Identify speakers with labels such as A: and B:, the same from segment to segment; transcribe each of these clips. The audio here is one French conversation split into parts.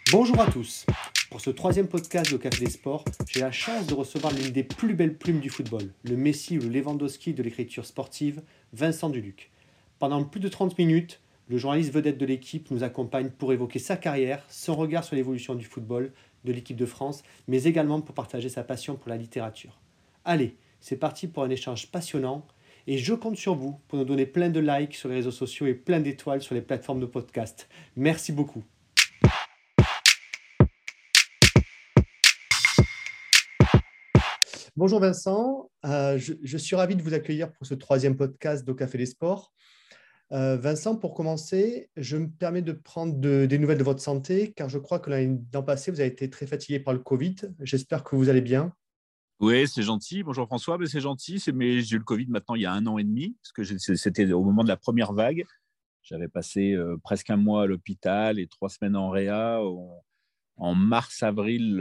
A: Bonjour à tous. Pour ce troisième podcast de Café des Sports, j'ai la chance de recevoir l'une des plus belles plumes du football, le Messi ou le Lewandowski de l'écriture sportive, Vincent Duluc. Pendant plus de 30 minutes, le journaliste vedette de l'équipe nous accompagne pour évoquer sa carrière, son regard sur l'évolution du football, de l'équipe de France, mais également pour partager sa passion pour la littérature. Allez, c'est parti pour un échange passionnant et je compte sur vous pour nous donner plein de likes sur les réseaux sociaux et plein d'étoiles sur les plateformes de podcast. Merci beaucoup. Bonjour Vincent, je suis ravi de vous accueillir pour ce troisième podcast d'Au Café des Sports. Vincent, pour commencer, je me permets de prendre des nouvelles de votre santé, car je crois que l'an passé, vous avez été très fatigué par le Covid. J'espère que vous allez bien.
B: Oui, c'est gentil. Bonjour François, mais c'est gentil. Mais j'ai eu le Covid maintenant il y a 1 an et demi, parce que c'était au moment de la première vague. J'avais passé presque un mois à l'hôpital et 3 semaines en réa en mars-avril,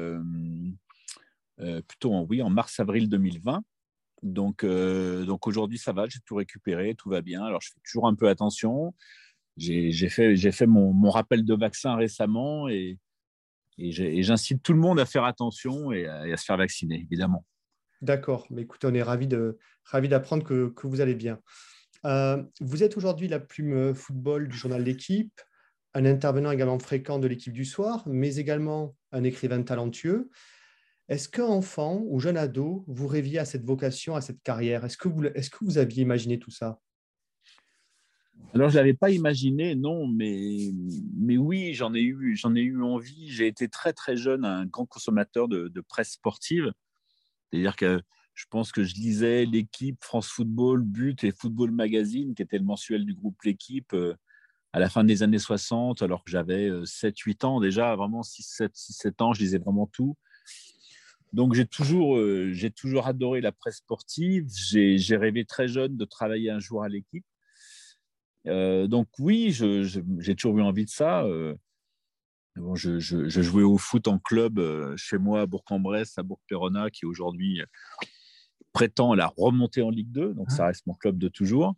B: oui, en mars-avril 2020. Donc aujourd'hui, ça va, j'ai tout récupéré, tout va bien. Alors, je fais toujours un peu attention. J'ai fait mon rappel de vaccin récemment et j'incite tout le monde à faire attention et à se faire vacciner, évidemment.
A: D'accord, mais écoutez, on est ravi d'apprendre que vous allez bien. Vous êtes aujourd'hui la plume football du journal L'Équipe, un intervenant également fréquent de l'Équipe du soir, mais également un écrivain talentueux. Est-ce qu'enfant ou jeune ado, vous rêviez à cette vocation, à cette carrière? Est-ce que vous aviez imaginé tout ça?
B: Alors, je ne l'avais pas imaginé, non, mais oui, j'en ai eu envie. J'ai été très, très jeune un grand consommateur de presse sportive. C'est-à-dire que je pense que je lisais L'Équipe, France Football, But et Football Magazine, qui était le mensuel du groupe L'Équipe, à la fin des années 60, alors que j'avais 7, 8 ans déjà, vraiment 6, 7 ans, je lisais vraiment tout. Donc, j'ai toujours adoré la presse sportive. J'ai rêvé très jeune de travailler un jour à L'Équipe. Donc oui, j'ai toujours eu envie de ça. Bon, je jouais au foot en club chez moi à Bourg-en-Bresse, à Bourg-Péronat, qui aujourd'hui prétend la remontée en Ligue 2. Donc ça reste mon club de toujours.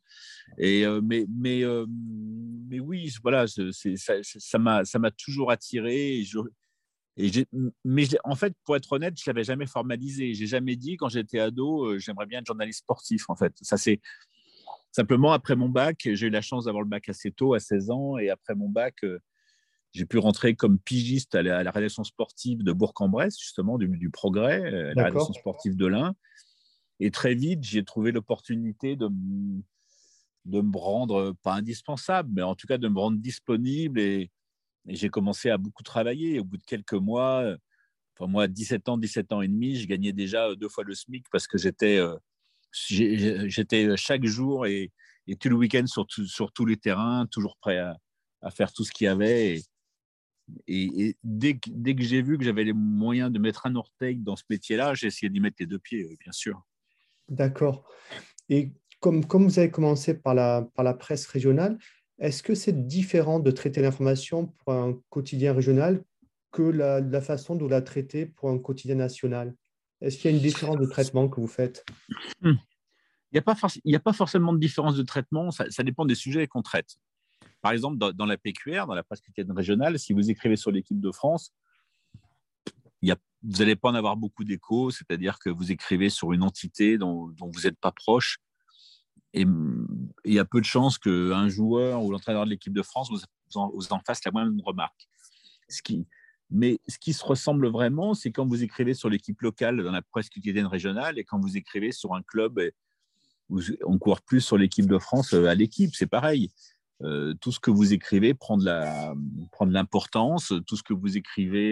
B: Mais oui, voilà, ça m'a toujours attiré. Et en fait, pour être honnête, je l'avais jamais formalisé. J'ai jamais dit quand j'étais ado, j'aimerais bien être journaliste sportif. En fait, ça c'est simplement, après mon bac, j'ai eu la chance d'avoir le bac assez tôt, à 16 ans, et après mon bac, j'ai pu rentrer comme pigiste à la rédaction sportive de Bourg-en-Bresse, justement, du Progrès, la rédaction
A: D'accord.
B: sportive de l'Ain. Et très vite, j'ai trouvé l'opportunité de me rendre, pas indispensable, mais en tout cas de me rendre disponible. Et j'ai commencé à beaucoup travailler. Et au bout de quelques mois, enfin moi, 17 ans et demi, je gagnais déjà 2 fois le SMIC parce que j'étais chaque jour et tout le week-end sur tous les terrains, toujours prêt à faire tout ce qu'il y avait. Et dès que j'ai vu que j'avais les moyens de mettre un orteil dans ce métier-là, j'ai essayé d'y mettre les deux pieds, bien sûr.
A: D'accord. Et comme vous avez commencé par la presse régionale, est-ce que c'est différent de traiter l'information pour un quotidien régional que la façon dont la traiter pour un quotidien national? Est-ce qu'il y a une différence de traitement que vous faites?
B: Il n'y a pas forcément de différence de traitement, ça dépend des sujets qu'on traite. Par exemple, dans la PQR, dans la presse quotidienne régionale, si vous écrivez sur l'équipe de France, vous n'allez pas en avoir beaucoup d'échos, c'est-à-dire que vous écrivez sur une entité dont vous n'êtes pas proche. Et il y a peu de chances qu'un joueur ou l'entraîneur de l'équipe de France vous en fasse la moindre remarque. Ce qui, mais ce qui se ressemble vraiment, c'est quand vous écrivez sur l'équipe locale dans la presse quotidienne régionale et quand vous écrivez sur un club où on court plus sur l'équipe de France à l'équipe, c'est pareil. Tout ce que vous écrivez prend de l'importance, tout ce que vous écrivez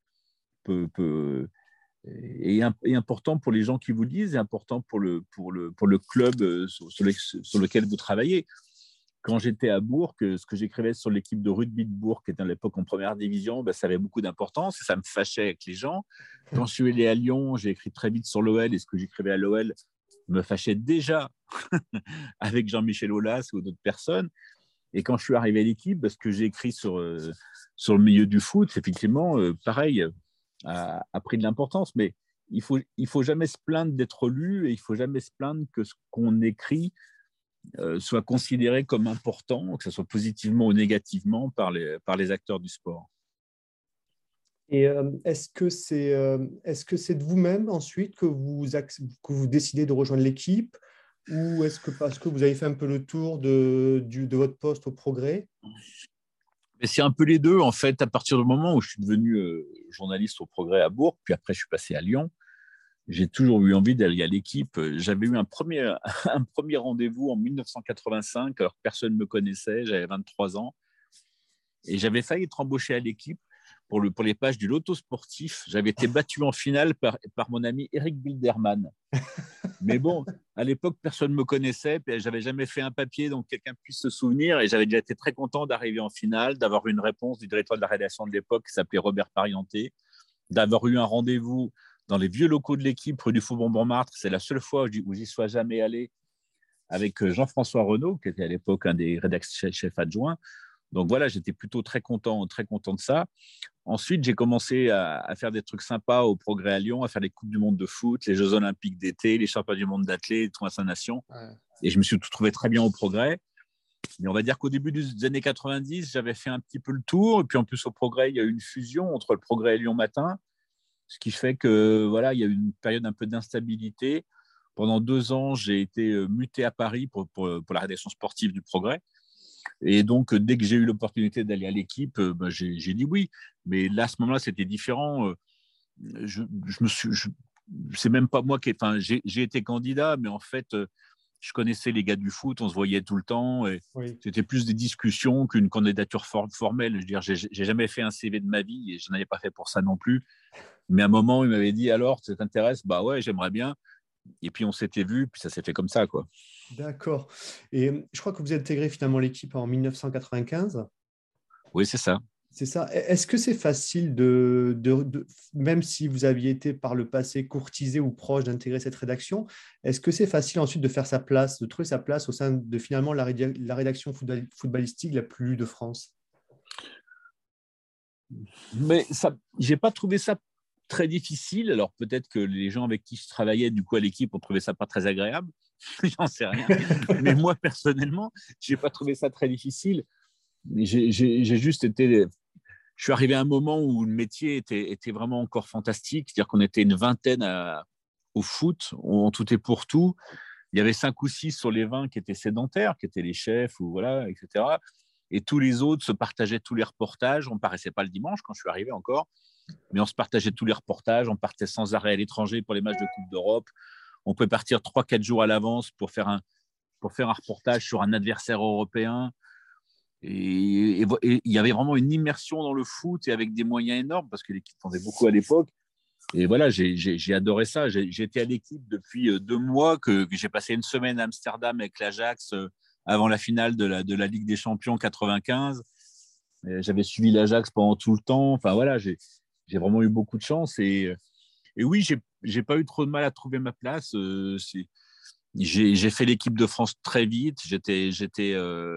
B: est important pour les gens qui vous lisent, est important pour le club sur lequel vous travaillez. Quand j'étais à Bourg, ce que j'écrivais sur l'équipe de rugby de Bourg, qui était à l'époque en première division, ben, ça avait beaucoup d'importance et ça me fâchait avec les gens. Quand je suis allé à Lyon, j'ai écrit très vite sur l'OL et ce que j'écrivais à l'OL me fâchait déjà avec Jean-Michel Aulas ou d'autres personnes. Et quand je suis arrivé à l'équipe, parce que j'ai écrit sur le milieu du foot, effectivement, pareil, a pris de l'importance. Mais il faut jamais se plaindre d'être lu et il faut jamais se plaindre que ce qu'on écrit soit considéré comme important, que ce soit positivement ou négativement par les acteurs du sport.
A: Et est-ce que c'est de vous-même ensuite que vous décidez de rejoindre l'équipe ou est-ce que parce que vous avez fait un peu le tour de votre poste au Progrès?
B: Mais c'est un peu les deux, en fait, à partir du moment où je suis devenu journaliste au Progrès à Bourg, puis après je suis passé à Lyon, j'ai toujours eu envie d'aller à l'équipe. J'avais eu un premier, un premier rendez-vous en 1985, alors que personne ne me connaissait, j'avais 23 ans, et j'avais failli être embauché à l'équipe pour les pages du Loto sportif. J'avais été battu en finale par mon ami Eric Bilderman. Mais bon, à l'époque, personne ne me connaissait, puis j'avais jamais fait un papier, donc quelqu'un puisse se souvenir. Et j'avais déjà été très content d'arriver en finale, d'avoir une réponse du directeur de la rédaction de l'époque qui s'appelait Robert Parienté, d'avoir eu un rendez-vous dans les vieux locaux de l'équipe rue du Faubourg-Montmartre. C'est la seule fois où j'y sois jamais allé avec Jean-François Renaud, qui était à l'époque un des rédacteurs chefs adjoints. Donc voilà, j'étais plutôt très content de ça. Ensuite, j'ai commencé à faire des trucs sympas au Progrès à Lyon, à faire les Coupes du Monde de foot, les Jeux Olympiques d'été, les Championnats du Monde d'athlètes, les Tours à Nation. Ouais. Et je me suis trouvé très bien au Progrès. Mais on va dire qu'au début des années 90, j'avais fait un petit peu le tour. Et puis en plus, au Progrès, il y a eu une fusion entre le Progrès et Lyon Matin, ce qui fait que voilà, il y a eu une période un peu d'instabilité. Pendant 2 ans, j'ai été muté à Paris pour la rédaction sportive du Progrès. Et donc, dès que j'ai eu l'opportunité d'aller à l'équipe, j'ai dit oui. Mais là, à ce moment-là, c'était différent. C'est même pas moi j'ai été candidat, mais en fait, je connaissais les gars du foot, on se voyait tout le temps. Et oui. C'était plus des discussions qu'une candidature formelle. Je veux dire, j'ai jamais fait un CV de ma vie et je n'en avais pas fait pour ça non plus. Mais à un moment, il m'avait dit alors, ça t'intéresse? Bah ouais, j'aimerais bien. Et puis on s'était vu, puis ça s'est fait comme ça, quoi.
A: D'accord. Et je crois que vous avez intégré finalement l'équipe en 1995.
B: Oui, c'est ça.
A: C'est ça. Est-ce que c'est facile même si vous aviez été par le passé courtisé ou proche d'intégrer cette rédaction, est-ce que c'est facile ensuite de faire sa place, de trouver sa place au sein de finalement la rédaction footballistique la plus lue de France?
B: Mais ça, j'ai pas trouvé ça très difficile. Alors peut-être que les gens avec qui je travaillais du coup à l'équipe ont trouvé ça pas très agréable. J'en sais rien. Mais moi personnellement, j'ai pas trouvé ça très difficile. J'ai juste été. Je suis arrivé à un moment où le métier était vraiment encore fantastique. C'est-à-dire qu'on était une vingtaine au foot, en tout et pour tout. Il y avait 5 ou 6 sur les 20 qui étaient sédentaires, qui étaient les chefs, ou voilà, etc. Et tous les autres se partageaient tous les reportages. On ne paraissait pas le dimanche quand je suis arrivé encore, mais on se partageait tous les reportages. On partait sans arrêt à l'étranger pour les matchs de Coupe d'Europe. On pouvait partir 3-4 jours à l'avance pour faire un reportage sur un adversaire européen. Et il y avait vraiment une immersion dans le foot et avec des moyens énormes parce que l'équipe vendait beaucoup à l'époque. Et voilà, j'ai adoré ça. J'ai été à l'équipe depuis 2 mois, que j'ai passé une semaine à Amsterdam avec l'Ajax avant la finale de la Ligue des Champions 95. J'avais suivi l'Ajax pendant tout le temps. Enfin voilà, j'ai vraiment eu beaucoup de chance. Et oui, j'ai pas eu trop de mal à trouver ma place. J'ai fait l'équipe de France très vite. J'étais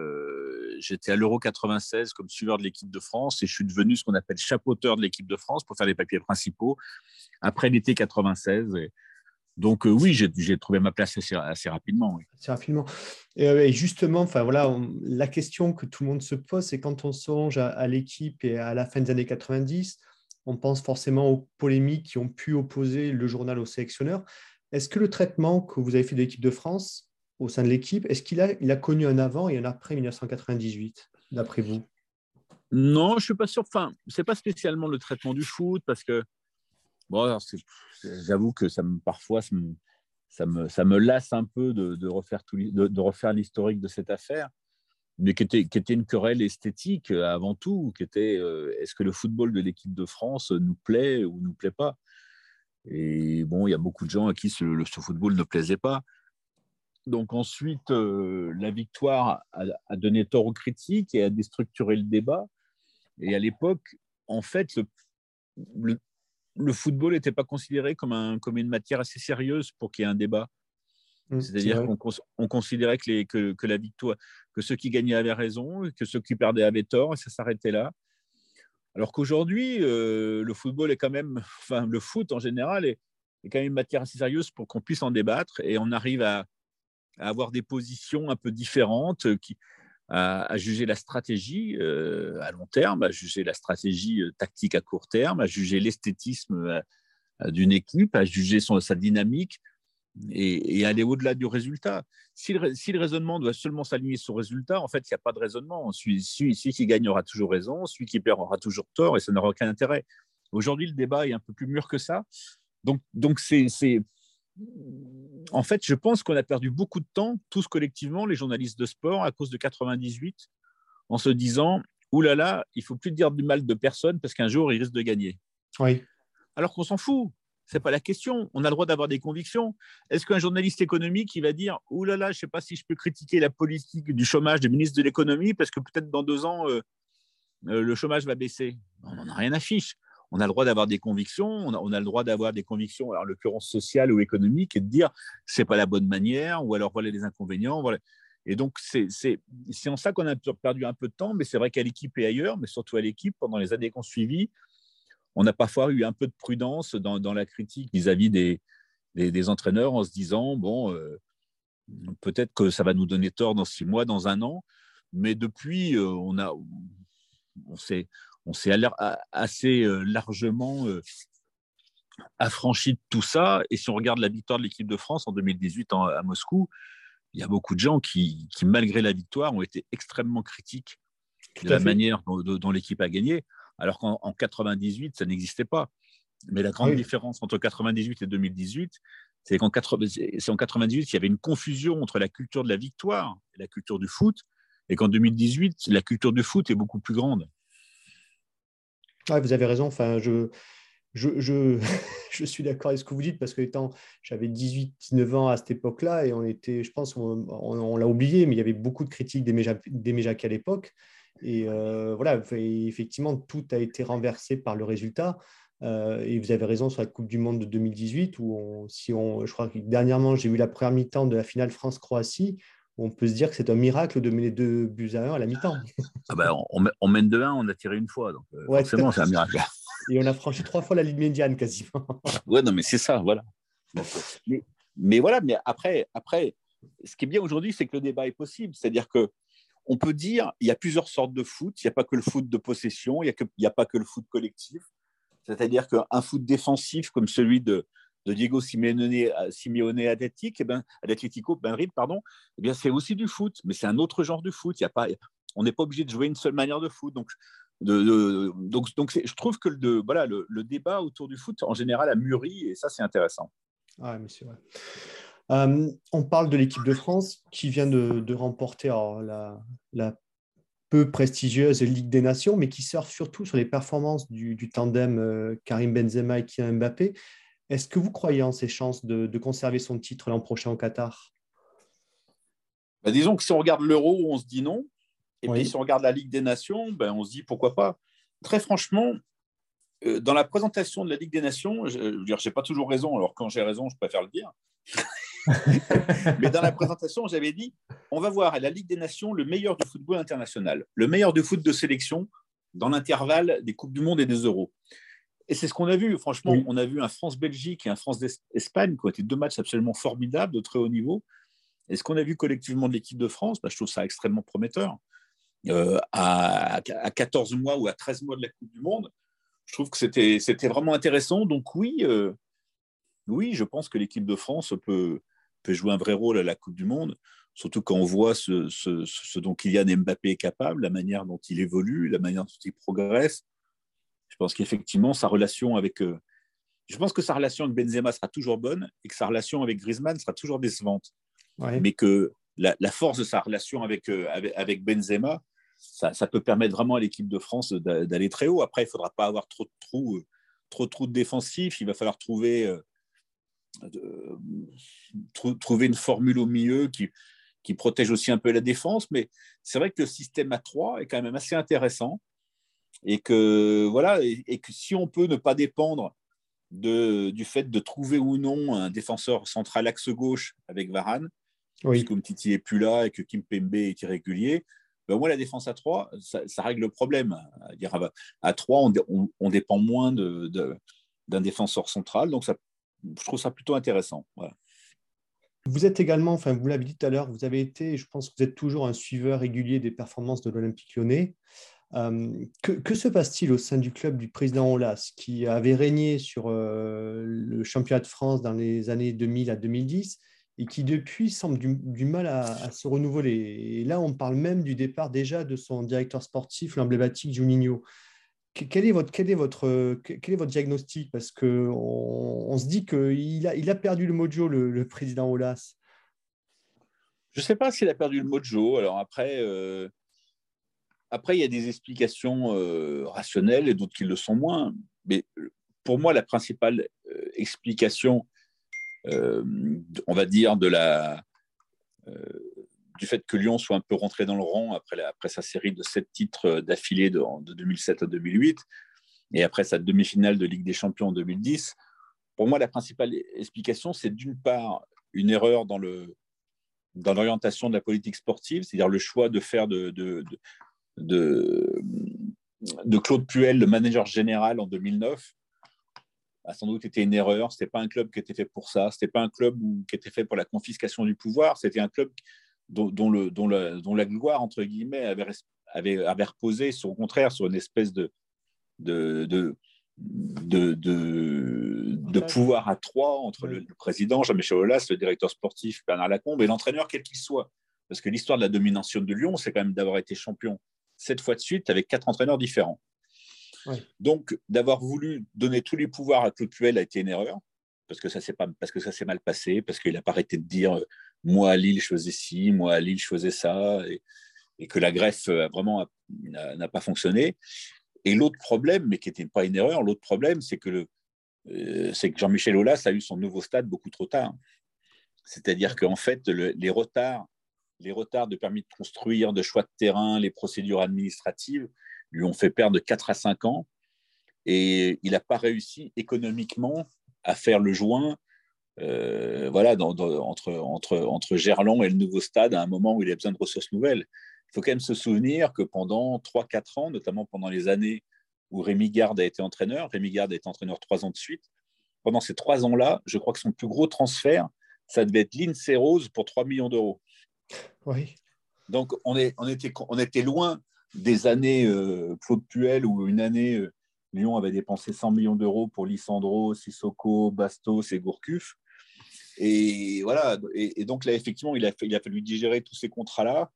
B: à l'Euro 96 comme suiveur de l'équipe de France et je suis devenu ce qu'on appelle chapeauteur de l'équipe de France pour faire les papiers principaux après l'été 96. Donc oui, j'ai trouvé ma place assez rapidement. Oui.
A: Assez rapidement. Et justement, enfin voilà, la question que tout le monde se pose, c'est quand on songe à l'équipe et à la fin des années 90, on pense forcément aux polémiques qui ont pu opposer le journal aux sélectionneurs. Est-ce que le traitement que vous avez fait de l'équipe de France au sein de l'équipe, est-ce qu'il a connu un avant et un après 1998, d'après vous?
B: Non, je ne suis pas sûr. Enfin, ce n'est pas spécialement le traitement du foot parce que bon, j'avoue que parfois ça me lasse un peu de refaire l'historique de cette affaire, mais qui était une querelle esthétique avant tout, qui était est-ce que le football de l'équipe de France nous plaît ou nous plaît pas? Et bon, il y a beaucoup de gens à qui ce football ne plaisait pas. Donc ensuite, la victoire a donné tort aux critiques et a déstructuré le débat. Et à l'époque, en fait, le football n'était pas considéré comme une matière assez sérieuse pour qu'il y ait un débat. C'est-à-dire qu'on considérait que la victoire, que ceux qui gagnaient avaient raison, que ceux qui perdaient avaient tort, et ça s'arrêtait là. Alors qu'aujourd'hui, le football est quand même, enfin le foot en général est quand même une matière assez sérieuse pour qu'on puisse en débattre, et on arrive à avoir des positions un peu différentes à juger la stratégie à long terme, à juger la stratégie tactique à court terme, à juger l'esthétisme d'une équipe, à juger sa dynamique et aller au-delà du résultat. Si le raisonnement doit seulement s'aligner sur le résultat, en fait, il n'y a pas de raisonnement. Celui qui gagne aura toujours raison, celui qui perd aura toujours tort et ça n'aura aucun intérêt. Aujourd'hui, le débat est un peu plus mûr que ça. Donc en fait, je pense qu'on a perdu beaucoup de temps, tous collectivement, les journalistes de sport, à cause de 98, en se disant « Ouh là là, il ne faut plus dire du mal de personne parce qu'un jour, il risque de gagner. »
A: Oui.
B: Alors qu'on s'en fout. Ce n'est pas la question. On a le droit d'avoir des convictions. Est-ce qu'un journaliste économique, il va dire « Ouh là là, je ne sais pas si je peux critiquer la politique du chômage du ministre de l'économie parce que peut-être dans 2 ans, le chômage va baisser. » On n'en a rien à fiche. On a le droit d'avoir des convictions, on a le droit d'avoir des convictions, alors, en l'occurrence sociales ou économiques, et de dire c'est pas la bonne manière, ou alors voilà les inconvénients. Voilà. Et donc, c'est en ça qu'on a perdu un peu de temps, mais c'est vrai qu'à l'équipe et ailleurs, mais surtout à l'équipe, pendant les années qu'on suivit, on a parfois eu un peu de prudence dans la critique vis-à-vis des entraîneurs en se disant, bon, peut-être que ça va nous donner tort dans 6 mois, dans 1 an, mais depuis, on s'est assez largement affranchi de tout ça. Et si on regarde la victoire de l'équipe de France en 2018 à Moscou, il y a beaucoup de gens qui, malgré la victoire, ont été extrêmement critiques de la manière dont l'équipe a gagné, alors qu'en 98, ça n'existait pas. Mais la grande différence entre 98 et 2018, c'est qu'en 98, il y avait une confusion entre la culture de la victoire et la culture du foot, et qu'en 2018, la culture du foot est beaucoup plus grande.
A: Ouais, vous avez raison. Enfin, je suis d'accord avec ce que vous dites parce que j'avais 18-19 ans à cette époque-là et je pense, on l'a oublié, mais il y avait beaucoup de critiques d'Aimé Jacquet à l'époque. Et voilà, effectivement, tout a été renversé par le résultat. Et vous avez raison sur la Coupe du Monde de 2018 où je crois que dernièrement, j'ai vu la première mi-temps de la finale France-Croatie. On peut se dire que c'est un miracle de mener 2-1 à la mi-temps.
B: Ah ben, on mène 2-1, on a tiré 1 fois, donc
A: Ouais,
B: forcément, c'est un miracle.
A: Et on a franchi 3 fois la ligne médiane quasiment.
B: Ouais, non, mais c'est ça, voilà. Donc, mais voilà, mais après, ce qui est bien aujourd'hui, c'est que le débat est possible. C'est-à-dire que on peut dire il y a plusieurs sortes de foot. Il n'y a pas que le foot de possession, il n'y a pas que le foot collectif. C'est-à-dire qu'un foot défensif comme celui de Diego Simeone Atletico Madrid, pardon, eh bien, c'est aussi du foot, mais c'est un autre genre de foot. On n'est pas obligé de jouer une seule manière de foot. Donc, je trouve que le débat autour du foot, en général, a mûri, et ça, c'est intéressant.
A: Ah, mais c'est vrai. On parle de l'équipe de France qui vient de remporter la peu prestigieuse Ligue des Nations, mais qui surfe surtout sur les performances du tandem Karim Benzema et Kylian Mbappé. Est-ce que vous croyez en ses chances de conserver son titre l'an prochain au Qatar?
B: Disons que si on regarde l'Euro, on se dit non. Et puis,
A: Oui.
B: si on regarde la Ligue des Nations, on se dit pourquoi pas. Très franchement, dans la présentation de la Ligue des Nations, je veux dire, je n'ai pas toujours raison. Alors, quand j'ai raison, je préfère le dire. Mais dans la présentation, j'avais dit on va voir à la Ligue des Nations le meilleur du football international, le meilleur du foot de sélection dans l'intervalle des Coupes du Monde et des Euros. Et c'est ce qu'on a vu. Franchement, oui. On a vu un France-Belgique et un France-Espagne qui ont été 2 matchs absolument formidables, de très haut niveau. Et ce qu'on a vu collectivement de l'équipe de France, je trouve ça extrêmement prometteur. À 14 mois ou à 13 mois de la Coupe du Monde, je trouve que c'était vraiment intéressant. Donc oui, je pense que l'équipe de France peut jouer un vrai rôle à la Coupe du Monde, surtout quand on voit ce dont Kylian Mbappé est capable, la manière dont il évolue, la manière dont il progresse. Je pense qu'effectivement, sa relation avec Benzema sera toujours bonne et que sa relation avec Griezmann sera toujours décevante. Ouais. Mais que la force de sa relation avec Benzema, ça peut permettre vraiment à l'équipe de France d'aller très haut. Après, il ne faudra pas avoir trop de trous défensifs. Il va falloir trouver une formule au milieu qui protège aussi un peu la défense. Mais c'est vrai que le système à 3 est quand même assez intéressant. Et que, voilà, et que si on peut ne pas dépendre du fait de trouver ou non un défenseur central axe gauche avec Varane, oui. Puisque Umtiti n'est plus là et que Kimpembe est irrégulier, moi, la défense à 3, ça règle le problème. À 3, on dépend moins d'un défenseur central, donc je trouve ça plutôt intéressant. Voilà.
A: vous êtes également, enfin, vous l'avez dit tout à l'heure, vous avez été, je pense que vous êtes toujours un suiveur régulier des performances de l'Olympique Lyonnais. Que se passe-t-il au sein du club du président Aulas, qui avait régné sur le championnat de France dans les années 2000 à 2010 et qui depuis semble du mal à se renouveler. Et là, on parle même du départ déjà de son directeur sportif, l'emblématique Juninho. Quel est votre diagnostic? Parce qu'on se dit qu'il a perdu le mojo, le président Aulas.
B: Je ne sais pas s'il a perdu le mojo. Alors après, il y a des explications rationnelles et d'autres qui le sont moins. Mais pour moi, la principale explication, on va dire, du fait que Lyon soit un peu rentré dans le rang après sa série de 7 titres d'affilée de 2007 à 2008 et après sa demi-finale de Ligue des Champions en 2010, pour moi, la principale explication, c'est d'une part une erreur dans l'orientation de la politique sportive, c'est-à-dire le choix de faire de Claude Puel, le manager général en 2009, a sans doute été une erreur. Ce n'était pas un club qui était fait pour ça. Ce n'était pas un club qui était fait pour la confiscation du pouvoir. C'était un club dont la gloire, entre guillemets, avait reposé, au contraire, sur une espèce de, de, de pouvoir à trois entre le président Jean-Michel Aulas, le directeur sportif Bernard Lacombe et l'entraîneur, quel qu'il soit. Parce que l'histoire de la domination de Lyon, c'est quand même d'avoir été champion 7 fois de suite avec 4 entraîneurs différents. Ouais. Donc, d'avoir voulu donner tous les pouvoirs à Claude Puel a été une erreur, parce que ça s'est mal passé, parce qu'il n'a pas arrêté de dire moi à Lille je faisais ci, moi à Lille je faisais ça, et que la greffe vraiment n'a pas fonctionné. Et l'autre problème, mais qui n'était pas une erreur, l'autre problème, c'est que Jean-Michel Aulas a eu son nouveau stade beaucoup trop tard. C'est-à-dire qu'en fait, les retards de permis de construire, de choix de terrain, les procédures administratives lui ont fait perdre 4 à 5 ans et il n'a pas réussi économiquement à faire le joint entre Gerland et le nouveau stade à un moment où il a besoin de ressources nouvelles. Il faut quand même se souvenir que pendant 3-4 ans, notamment pendant les années où Rémi Garde a été entraîneur 3 ans de suite, pendant ces 3 ans-là, je crois que son plus gros transfert, ça devait être Lindsay Rose pour 3 millions d'euros.
A: Oui.
B: Donc, on était loin des années Claude Puel où une année, Lyon avait dépensé 100 millions d'euros pour Lissandro, Sissoko, Bastos et Gourcuff. Et voilà. Et donc là, effectivement, il a fallu digérer tous ces contrats-là.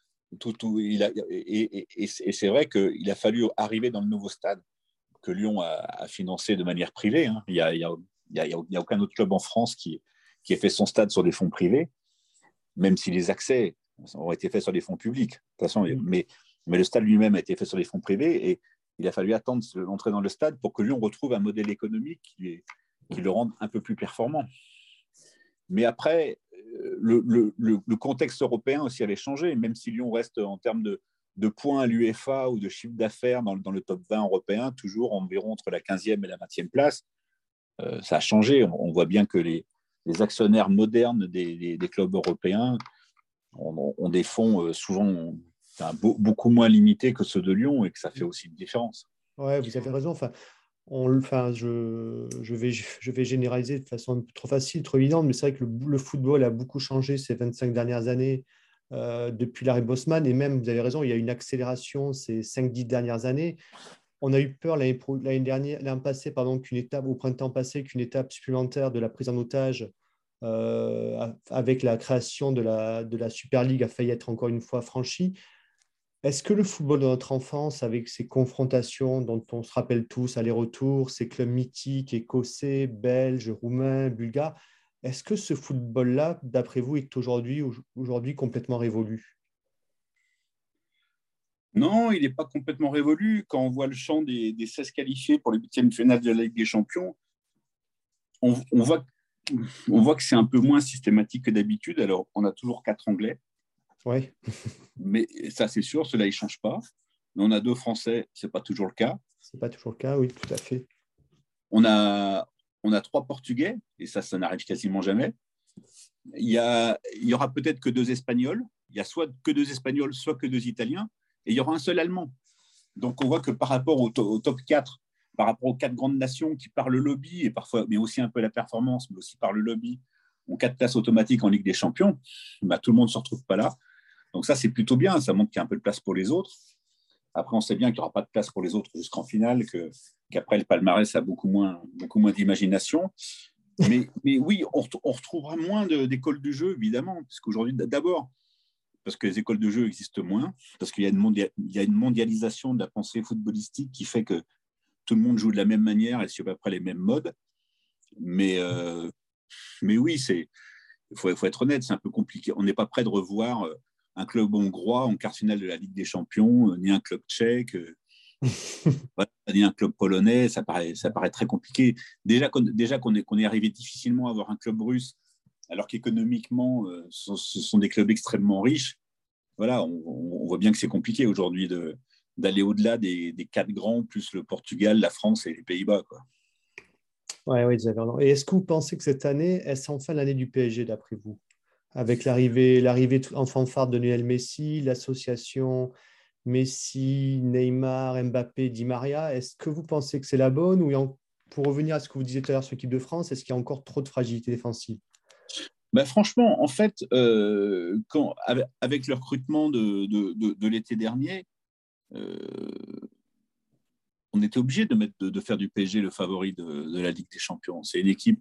B: Et c'est vrai qu'il a fallu arriver dans le nouveau stade que Lyon a financé de manière privée. Hein. Il n'y a aucun autre club en France qui ait fait son stade sur des fonds privés, même si les accès ont été faits sur des fonds publics. De toute façon, mais le stade lui-même a été fait sur des fonds privés et il a fallu attendre l'entrée dans le stade pour que Lyon retrouve un modèle économique qui le rende un peu plus performant. Mais après, le contexte européen aussi avait changé, même si Lyon reste en termes de points à l'UEFA ou de chiffre d'affaires dans le top 20 européen, toujours environ entre la 15e et la 20e place, ça a changé. On voit bien que les actionnaires modernes des clubs européens ont des fonds souvent beaucoup moins limités que ceux de Lyon et que ça fait aussi une différence.
A: Ouais, vous avez raison. Je vais généraliser de façon trop facile, trop évidente, mais c'est vrai que le football a beaucoup changé ces 25 dernières années depuis l'arrêt Bosman. Et même, vous avez raison, il y a une accélération ces 5-10 dernières années. On a eu peur l'an passé, au printemps passé, qu'une étape supplémentaire de la prise en otage avec la création de la Super League a failli être encore une fois franchie. Est-ce que le football de notre enfance, avec ses confrontations dont on se rappelle tous, aller-retour, ces clubs mythiques, écossais, belges, roumains, bulgares, est-ce que ce football-là, d'après vous, est aujourd'hui complètement révolu?
C: Non, il n'est pas complètement révolu. Quand on voit le champ des 16 qualifiés pour les huitièmes de finale de la Ligue des Champions, on voit que c'est un peu moins systématique que d'habitude. Alors, on a toujours 4 Anglais.
A: Oui.
C: Mais ça, c'est sûr, cela, ils ne changent pas. Mais on a 2 Français, ce n'est pas toujours le cas.
A: Ce n'est pas toujours le cas, oui, tout à fait.
C: On a 3 Portugais, et ça n'arrive quasiment jamais. Il y aura peut-être que 2 Espagnols. Il y a soit que 2 Espagnols, soit que 2 Italiens. Et il y aura un seul Allemand. Donc, on voit que par rapport au top 4, par rapport aux 4 grandes nations qui, par le lobby, et parfois, mais aussi un peu la performance, mais aussi par le lobby, ont 4 places automatiques en Ligue des Champions, bah, tout le monde ne se retrouve pas là. Donc ça, c'est plutôt bien. Ça montre qu'il y a un peu de place pour les autres. Après, on sait bien qu'il n'y aura pas de place pour les autres jusqu'en finale, qu'après, le palmarès a beaucoup moins d'imagination. Mais oui, on retrouvera moins d'écoles de jeu, évidemment, parce qu'aujourd'hui, d'abord, parce que les écoles de jeu existent moins, parce qu'il y a une mondialisation de la pensée footballistique qui fait que tout le monde joue de la même manière et sur à peu près les mêmes modes. Mais oui, il faut être honnête, c'est un peu compliqué. On n'est pas prêt de revoir un club hongrois en quart finale de la Ligue des Champions, ni un club tchèque, ni un club polonais. Ça paraît très compliqué. Déjà qu'on est arrivé difficilement à avoir un club russe, alors qu'économiquement, ce sont des clubs extrêmement riches. Voilà, on voit bien que c'est compliqué aujourd'hui d'aller au-delà des 4 grands, plus le Portugal, la France et les Pays-Bas, quoi.
A: Oui, vous avez raison. Et est-ce que vous pensez que cette année, est-ce enfin l'année du PSG, d'après vous? Avec l'arrivée en fanfare de Lionel Messi, l'association Messi, Neymar, Mbappé, Di Maria, est-ce que vous pensez que c'est la bonne ou pour revenir à ce que vous disiez tout à l'heure sur l'équipe de France, est-ce qu'il y a encore trop de fragilité défensive?
C: Ben franchement, en fait, avec le recrutement de l'été dernier, on était obligé de faire du PSG le favori de la Ligue des Champions. C'est une équipe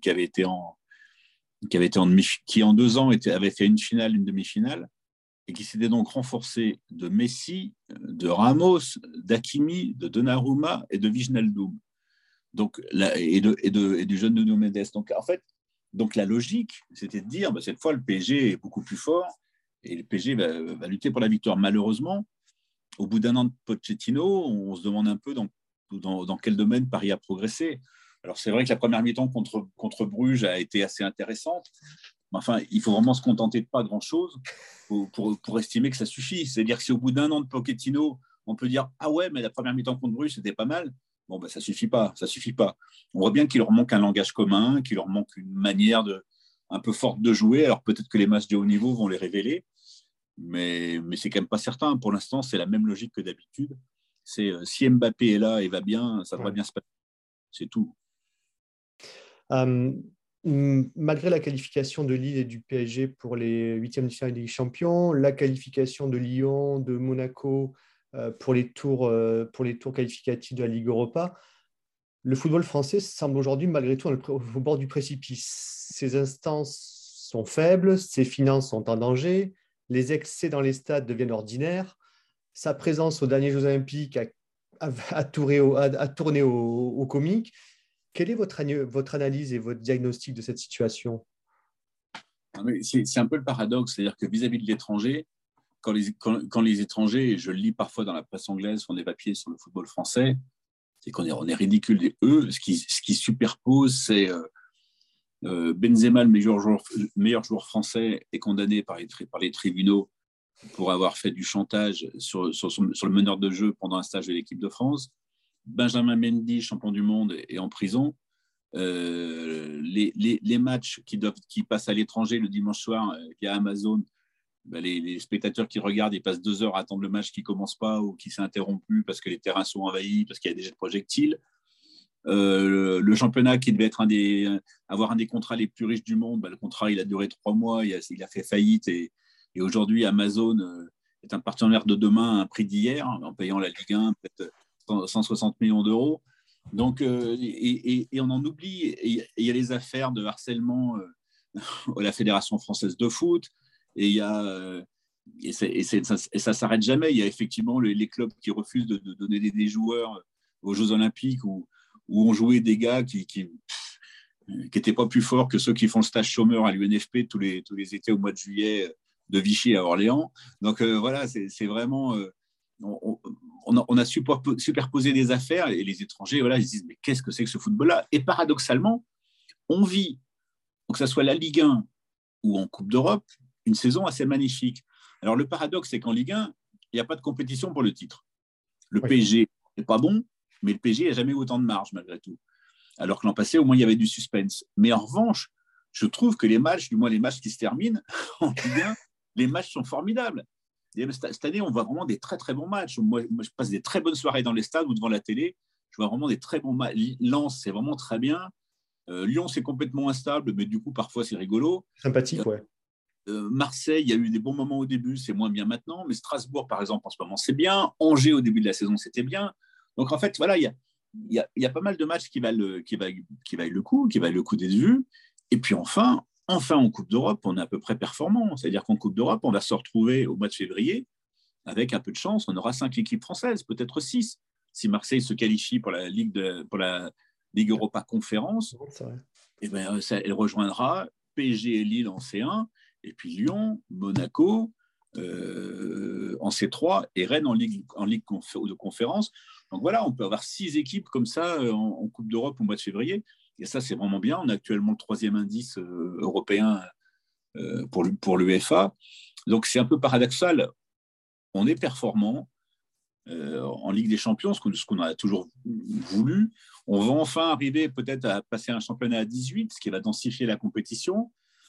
C: qui en 2 ans avait fait une finale, une demi-finale, et qui s'était donc renforcée de Messi, de Ramos, d'Hakimi, de Donnarumma et de Wijnaldum. Donc, et du jeune Nuno Mendes. Donc, en fait, la logique, c'était de dire, cette fois, le PSG est beaucoup plus fort et le PSG va lutter pour la victoire. Malheureusement, au bout d'1 an de Pochettino, on se demande un peu dans quel domaine Paris a progressé. Alors, c'est vrai que la première mi-temps contre Bruges a été assez intéressante. Mais enfin, il faut vraiment se contenter de pas grand-chose pour estimer que ça suffit. C'est-à-dire que si au bout d'1 an de Pochettino, on peut dire « Ah ouais, mais la première mi-temps contre Bruges, c'était pas mal », bon, ça suffit pas. On voit bien qu'il leur manque un langage commun, qu'il leur manque une manière un peu forte de jouer. Alors, peut-être que les matchs de haut niveau vont les révéler, mais c'est quand même pas certain. Pour l'instant, c'est la même logique que d'habitude. C'est si Mbappé est là et va bien, ça devrait bien se passer. C'est tout.
A: Malgré la qualification de Lille et du PSG pour les huitièmes de finale de Ligue des Champions, la qualification de Lyon, de Monaco pour les tours qualificatifs de la Ligue Europa, le football français semble aujourd'hui malgré tout au bord du précipice. Ses instances sont faibles, ses finances sont en danger, les excès dans les stades deviennent ordinaires, sa présence aux derniers Jeux Olympiques a tourné au comique. Quelle est votre analyse et votre diagnostic de cette situation?
C: C'est un peu le paradoxe, c'est-à-dire que vis-à-vis de l'étranger, quand les étrangers, et je le lis parfois dans la presse anglaise, font des papiers sur le football français, c'est qu'on est ridicule. Et eux, ce qui superpose, c'est Benzema, le meilleur joueur français, est condamné par les tribunaux pour avoir fait du chantage sur le meneur de jeu pendant un stage de l'équipe de France. Benjamin Mendy, champion du monde, est en prison. Les matchs qui passent à l'étranger le dimanche soir via Amazon, les spectateurs qui regardent, ils passent 2 heures à attendre le match qui ne commence pas ou qui s'est interrompu parce que les terrains sont envahis, parce qu'il y a des jets de projectiles. Le championnat qui devait avoir un des contrats les plus riches du monde, le contrat il a duré 3 mois, il a fait faillite et aujourd'hui Amazon est un partenaire de demain à un prix d'hier en payant la Ligue 1 peut-être 160 millions d'euros. Donc, et on en oublie. Et il y a les affaires de harcèlement à la Fédération française de foot. Et ça ne s'arrête jamais. Il y a effectivement les clubs qui refusent de donner des joueurs aux Jeux Olympiques où on jouait des gars qui n'étaient pas plus forts que ceux qui font le stage chômeur à l'UNFP tous les étés au mois de juillet de Vichy à Orléans. Donc voilà, c'est vraiment... on a superposé des affaires et les étrangers, voilà, ils se disent mais qu'est-ce que c'est que ce football-là? Et paradoxalement, on vit, que ce soit la Ligue 1 ou en Coupe d'Europe, une saison assez magnifique. Alors le paradoxe, c'est qu'en Ligue 1, il n'y a pas de compétition pour le titre. Le PSG n'est pas bon, mais le PSG n'a jamais eu autant de marge malgré tout. Alors que l'an passé, au moins, il y avait du suspense. Mais en revanche, je trouve que les matchs, du moins les matchs qui se terminent en Ligue 1, les matchs sont formidables. Et cette année, on voit vraiment des très, très bons matchs. Moi, je passe des très bonnes soirées dans les stades ou devant la télé. Je vois vraiment des très bons matchs. Lens, c'est vraiment très bien. Lyon, c'est complètement instable, mais du coup, parfois, c'est rigolo.
A: Sympathique, ouais.
C: Marseille, il y a eu des bons moments au début, c'est moins bien maintenant, mais Strasbourg, par exemple, en ce moment, c'est bien. Angers, au début de la saison, c'était bien. Donc, en fait, voilà, il y a pas mal de matchs qui valent le coup d'être vus. Et puis, enfin, en Coupe d'Europe, on est à peu près performant. C'est-à-dire qu'en Coupe d'Europe, on va se retrouver au mois de février. Avec un peu de chance, on aura 5 équipes françaises, peut-être 6. Si Marseille se qualifie pour la Ligue Europa Conférence, eh ben, elle rejoindra PSG et Lille en C1, et puis Lyon, Monaco en C3 et Rennes en Ligue de Conférence. Donc voilà, on peut avoir 6 équipes comme ça en Coupe d'Europe au mois de février. Et ça, c'est vraiment bien. On a actuellement le 3e indice européen pour l'UEFA. Donc c'est un peu paradoxal. On est performant en Ligue des Champions, ce qu'on a toujours voulu. On va enfin arriver peut-être à passer un championnat à 18, ce qui va densifier la compétition.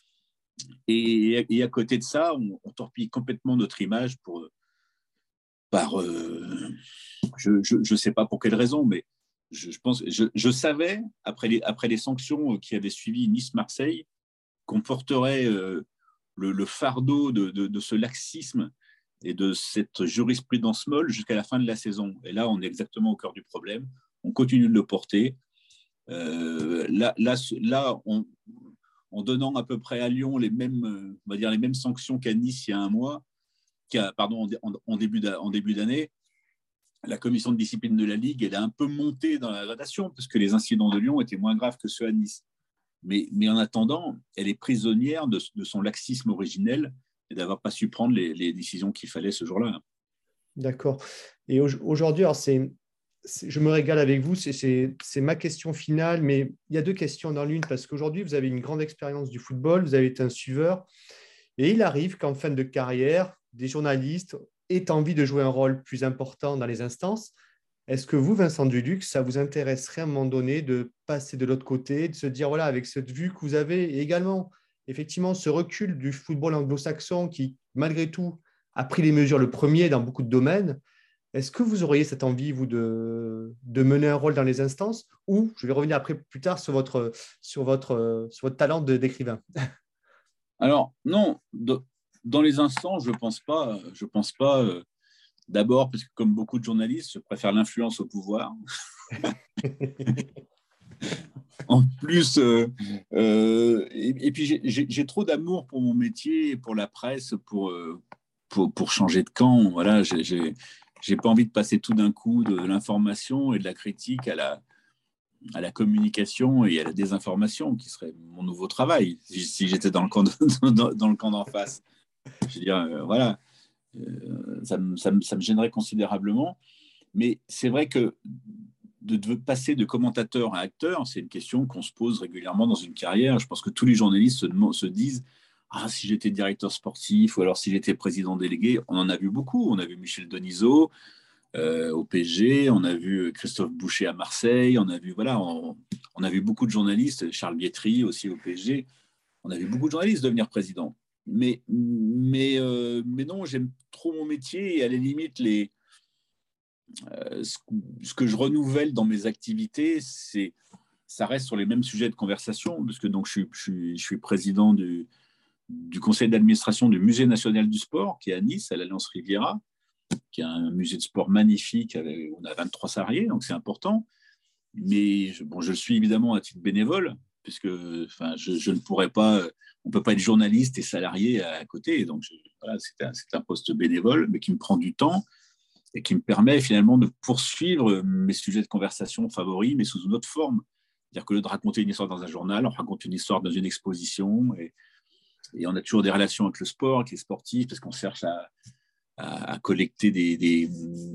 C: Et à côté de ça, on torpille complètement notre image je ne sais pas pour quelle raison, mais je savais, après les sanctions qui avaient suivi Nice-Marseille, qu'on porterait le fardeau de ce laxisme et de cette jurisprudence molle jusqu'à la fin de la saison. Et là, on est exactement au cœur du problème. On continue de le porter. En donnant à peu près à Lyon les mêmes sanctions qu'à Nice il y a un mois, en début d'année, la commission de discipline de la Ligue, elle a un peu monté dans la gradation parce que les incidents de Lyon étaient moins graves que ceux à Nice. Mais en attendant, elle est prisonnière de son laxisme originel et d'avoir pas su prendre les décisions qu'il fallait ce jour-là.
A: D'accord. Et aujourd'hui, alors je me régale avec vous, c'est ma question finale, mais il y a 2 questions dans l'une, parce qu'aujourd'hui, vous avez une grande expérience du football, vous avez été un suiveur, et il arrive qu'en fin de carrière, des journalistes aient envie de jouer un rôle plus important dans les instances. Est-ce que vous, Vincent Duluc, ça vous intéresserait à un moment donné de passer de l'autre côté, de se dire, voilà, avec cette vue que vous avez, et également, effectivement, ce recul du football anglo-saxon qui, malgré tout, a pris les mesures le premier dans beaucoup de domaines, est-ce que vous auriez cette envie, vous, de mener un rôle dans les instances, ou, je vais revenir après plus tard sur votre talent d'écrivain?
C: Alors, non, dans les instances, je pense pas. D'abord, parce que comme beaucoup de journalistes, je préfère l'influence au pouvoir. En plus, et puis j'ai trop d'amour pour mon métier, et pour la presse, pour changer de camp. Voilà, j'ai pas envie de passer tout d'un coup de l'information et de la critique à la communication et à la désinformation, qui serait mon nouveau travail si j'étais dans le camp dans le camp d'en face. Je veux dire, voilà, ça me gênerait considérablement. Mais c'est vrai que de passer de commentateur à acteur, c'est une question qu'on se pose régulièrement dans une carrière. Je pense que tous les journalistes se disent si j'étais directeur sportif ou alors si j'étais président délégué. On en a vu beaucoup. On a vu Michel Denisot au PSG, on a vu Christophe Boucher à Marseille, on a vu beaucoup de journalistes, Charles Bietri aussi au PSG. On a vu beaucoup de journalistes devenir président. Mais non, j'aime trop mon métier et à la limite, ce que je renouvelle dans mes activités, ça reste sur les mêmes sujets de conversation, parce que donc, je suis président du conseil d'administration du Musée national du sport, qui est à Nice, à l'Alliance Riviera, qui est un musée de sport magnifique, on a 23 salariés, donc c'est important. Mais je le suis évidemment à titre bénévole, puisque je ne pourrais pas, on ne peut pas être journaliste et salarié à côté. Donc voilà, c'est un poste bénévole, mais qui me prend du temps et qui me permet finalement de poursuivre mes sujets de conversation favoris, mais sous une autre forme. C'est-à-dire que de raconter une histoire dans un journal, on raconte une histoire dans une exposition, et on a toujours des relations avec le sport, avec les sportifs, parce qu'on cherche à collecter des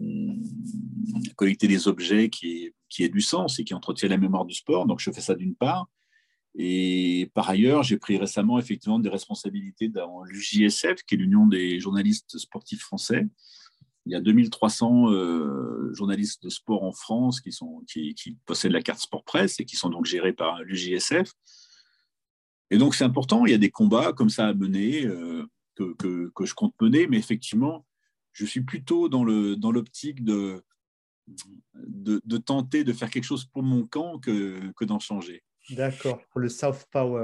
C: objets qui aient du sens et qui entretiennent la mémoire du sport. Donc, je fais ça d'une part. Et par ailleurs, j'ai pris récemment effectivement des responsabilités dans l'UJSF, qui est l'Union des journalistes sportifs français. Il y a 2300 journalistes de sport en France qui possèdent la carte sport presse et qui sont donc gérés par l'UJSF. Et donc, c'est important. Il y a des combats comme ça à mener que je compte mener. Mais effectivement, je suis plutôt dans l'optique de tenter de faire quelque chose pour mon camp que d'en changer.
A: D'accord, pour le soft power.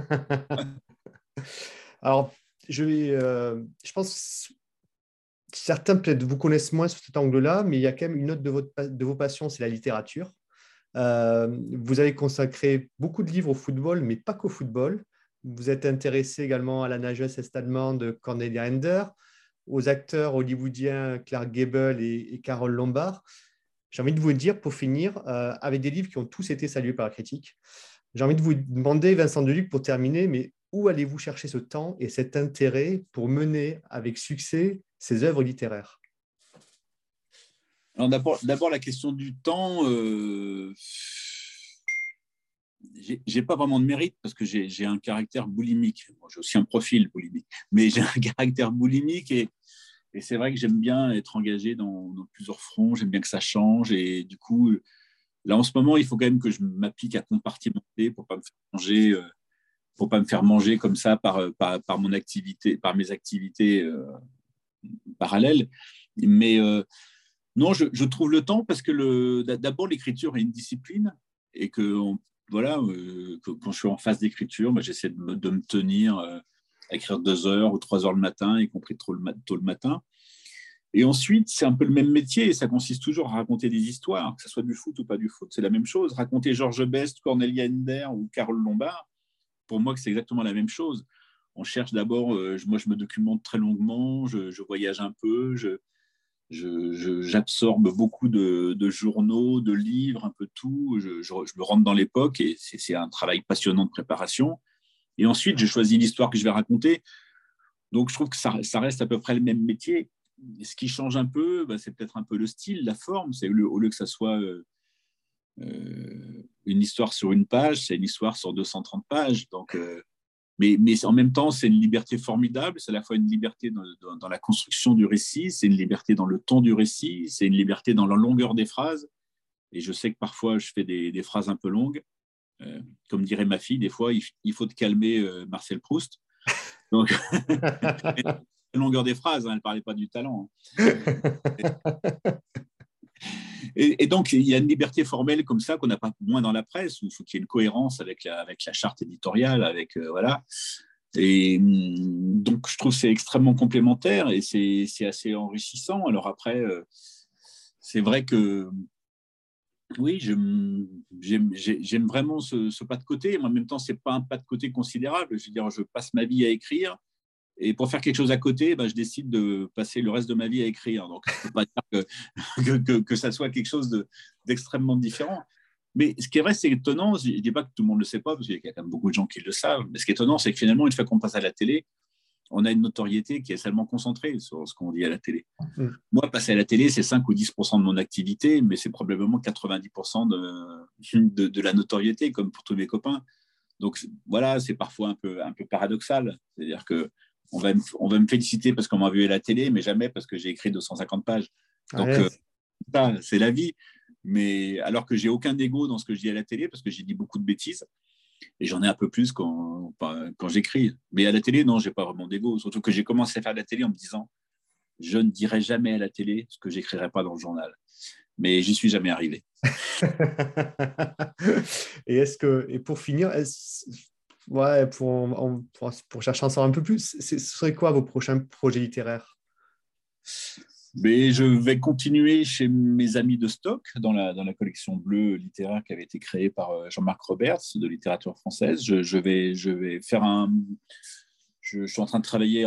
A: Alors, je pense que certains peut-être vous connaissent moins sous cet angle-là, mais il y a quand même une autre de vos passions, c'est la littérature. Vous avez consacré beaucoup de livres au football, mais pas qu'au football. Vous êtes intéressé également à la nageuse est-allemande de Cornelia Ender, aux acteurs hollywoodiens Clark Gable et Carole Lombard. J'ai envie de vous dire, pour finir, avec des livres qui ont tous été salués par la critique, j'ai envie de vous demander, Vincent Deluc, pour terminer, mais où allez-vous chercher ce temps et cet intérêt pour mener avec succès ces œuvres littéraires?
C: Alors d'abord la question du temps, j'ai pas vraiment de mérite parce que j'ai un caractère boulimique. Bon, j'ai aussi un profil boulimique, mais j'ai un caractère boulimique et c'est vrai que j'aime bien être engagé dans plusieurs fronts, j'aime bien que ça change et du coup, là en ce moment, il faut quand même que je m'applique à compartimenter pour pas me faire manger, pour pas me faire manger comme ça par mon activité, par mes activités parallèles. Mais non, je trouve le temps parce que d'abord l'écriture est une discipline et voilà, quand je suis en phase d'écriture, moi, j'essaie de me tenir à écrire 2 heures ou 3 heures le matin, y compris tôt le matin. Et ensuite, c'est un peu le même métier et ça consiste toujours à raconter des histoires, que ce soit du foot ou pas du foot, c'est la même chose. Raconter Georges Best, Cornelia Ender ou Carole Lombard, pour moi, c'est exactement la même chose. On cherche d'abord, moi, je me documente très longuement, je voyage un peu, j'absorbe beaucoup de journaux, de livres, un peu tout. Je me rentre dans l'époque et c'est un travail passionnant de préparation. Et ensuite, je choisis l'histoire que je vais raconter. Donc, je trouve que ça reste à peu près le même métier. Et ce qui change un peu, bah, c'est peut-être un peu le style, la forme. C'est au lieu que ça soit une histoire sur une page, c'est une histoire sur 230 pages. Donc, mais en même temps, c'est une liberté formidable. C'est à la fois une liberté dans la construction du récit, c'est une liberté dans le ton du récit, c'est une liberté dans la longueur des phrases. Et je sais que parfois, je fais des phrases un peu longues. Comme dirait ma fille, des fois, il faut te calmer, Marcel Proust. Donc, la longueur des phrases, hein, elle ne parlait pas du talent. Et donc, il y a une liberté formelle comme ça qu'on n'a pas moins dans la presse, où il faut qu'il y ait une cohérence avec la charte éditoriale, voilà. Et donc, je trouve que c'est extrêmement complémentaire et c'est assez enrichissant. Alors après, c'est vrai que oui, j'aime vraiment ce pas de côté, mais en même temps, ce n'est pas un pas de côté considérable. Je veux dire, je passe ma vie à écrire et pour faire quelque chose à côté, je décide de passer le reste de ma vie à écrire. Donc, je ne peux pas dire que ça soit quelque chose d'extrêmement différent. Mais ce qui est vrai, c'est étonnant, je ne dis pas que tout le monde ne le sait pas, parce qu'il y a quand même beaucoup de gens qui le savent, mais ce qui est étonnant, c'est que finalement, une fois qu'on passe à la télé, on a une notoriété qui est seulement concentrée sur ce qu'on dit à la télé. Mm. Moi, passer à la télé, c'est 5 ou 10% de mon activité, mais c'est probablement 90% de la notoriété, comme pour tous mes copains. Donc voilà, c'est parfois un peu paradoxal. C'est-à-dire qu'on va me féliciter parce qu'on m'a vu à la télé, mais jamais parce que j'ai écrit 250 pages. Donc c'est la vie. Mais alors que j'ai aucun ego dans ce que je dis à la télé, parce que j'ai dit beaucoup de bêtises, et j'en ai un peu plus quand j'écris. Mais à la télé, non, j'ai pas vraiment d'ego. Surtout que j'ai commencé à faire de la télé en me disant, je ne dirai jamais à la télé ce que j'écrirai pas dans le journal. Mais j'y suis jamais arrivé.
A: Et pour finir, pour chercher à en savoir un peu plus, ce serait quoi vos prochains projets littéraires?
C: Mais je vais continuer chez mes amis de Stock dans la collection bleue littéraire qui avait été créée par Jean-Marc Roberts de littérature française. Je vais faire je suis en train de travailler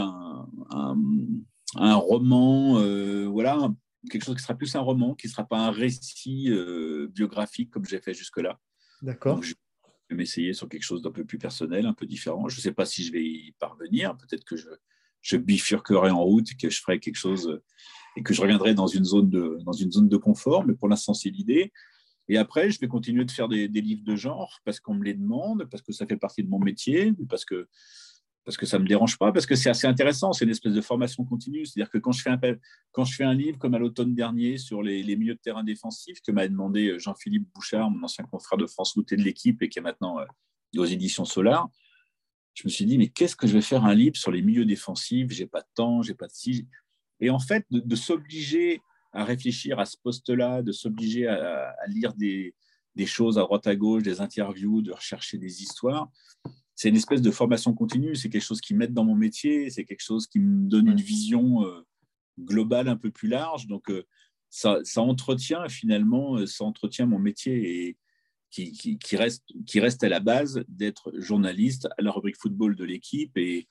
C: un roman, voilà, quelque chose qui sera plus un roman, qui ne sera pas un récit biographique comme j'ai fait jusque-là.
A: D'accord.
C: Donc, je vais m'essayer sur quelque chose d'un peu plus personnel, un peu différent. Je ne sais pas si je vais y parvenir. Peut-être que je bifurquerai en route, que je ferai quelque chose et que je reviendrai dans une zone de confort. Mais pour l'instant, c'est l'idée. Et après, je vais continuer de faire des livres de genre parce qu'on me les demande, parce que ça fait partie de mon métier, parce que ça ne me dérange pas, parce que c'est assez intéressant, c'est une espèce de formation continue. C'est-à-dire que quand je fais un livre comme à l'automne dernier sur les milieux de terrain défensifs que m'a demandé Jean-Philippe Bouchard, mon ancien confrère de France Foot et de l'équipe et qui est maintenant aux éditions Solar, je me suis dit, mais qu'est-ce que je vais faire un livre sur les milieux défensifs? J'ai pas de temps, j'ai pas de si. Et en fait, de s'obliger à réfléchir à ce poste-là, de s'obliger à lire des des choses à droite à gauche, des interviews, de rechercher des histoires. C'est une espèce de formation continue, c'est quelque chose qui m'aide dans mon métier, c'est quelque chose qui me donne une vision globale un peu plus large. Donc, ça entretient finalement, ça entretient mon métier et qui reste à la base d'être journaliste à la rubrique football de l'équipe et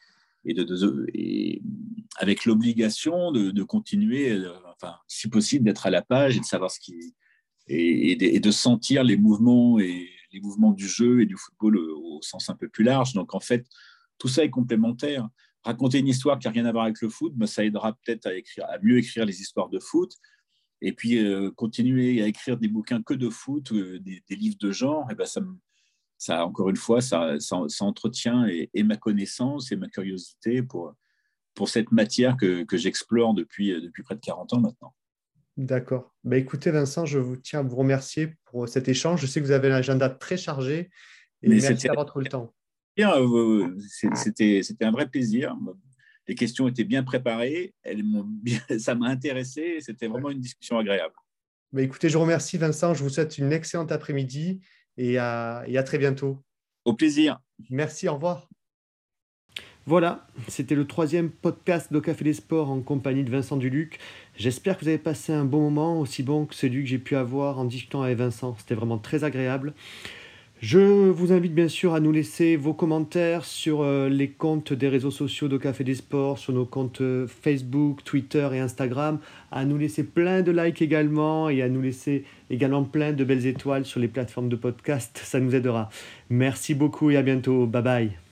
C: avec l'obligation de continuer, si possible, d'être à la page et de savoir ce qui et de sentir les mouvements du jeu et du football au sens un peu plus large. Donc, en fait, tout ça est complémentaire. Raconter une histoire qui n'a rien à voir avec le foot, ça aidera peut-être à mieux écrire les histoires de foot. Et puis, continuer à écrire des bouquins que de foot, des livres de genre, et ça, encore une fois, ça entretient et ma connaissance et ma curiosité pour cette matière que j'explore depuis près de 40 ans maintenant.
A: D'accord. Écoutez, Vincent, je vous tiens à vous remercier pour cet échange. Je sais que vous avez un agenda très chargé et merci d'avoir trouvé le temps.
C: C'était un vrai plaisir. Les questions étaient bien préparées, ça m'a intéressé, c'était vraiment une discussion agréable.
A: Écoutez, je vous remercie Vincent, je vous souhaite une excellente après-midi et à très bientôt.
C: Au plaisir.
A: Merci, au revoir. Voilà, c'était le 3e podcast de Café des Sports en compagnie de Vincent Duluc. J'espère que vous avez passé un bon moment, aussi bon que celui que j'ai pu avoir en discutant avec Vincent. C'était vraiment très agréable. Je vous invite bien sûr à nous laisser vos commentaires sur les comptes des réseaux sociaux de Café des Sports, sur nos comptes Facebook, Twitter et Instagram, à nous laisser plein de likes également et à nous laisser également plein de belles étoiles sur les plateformes de podcast, ça nous aidera. Merci beaucoup et à bientôt, bye bye.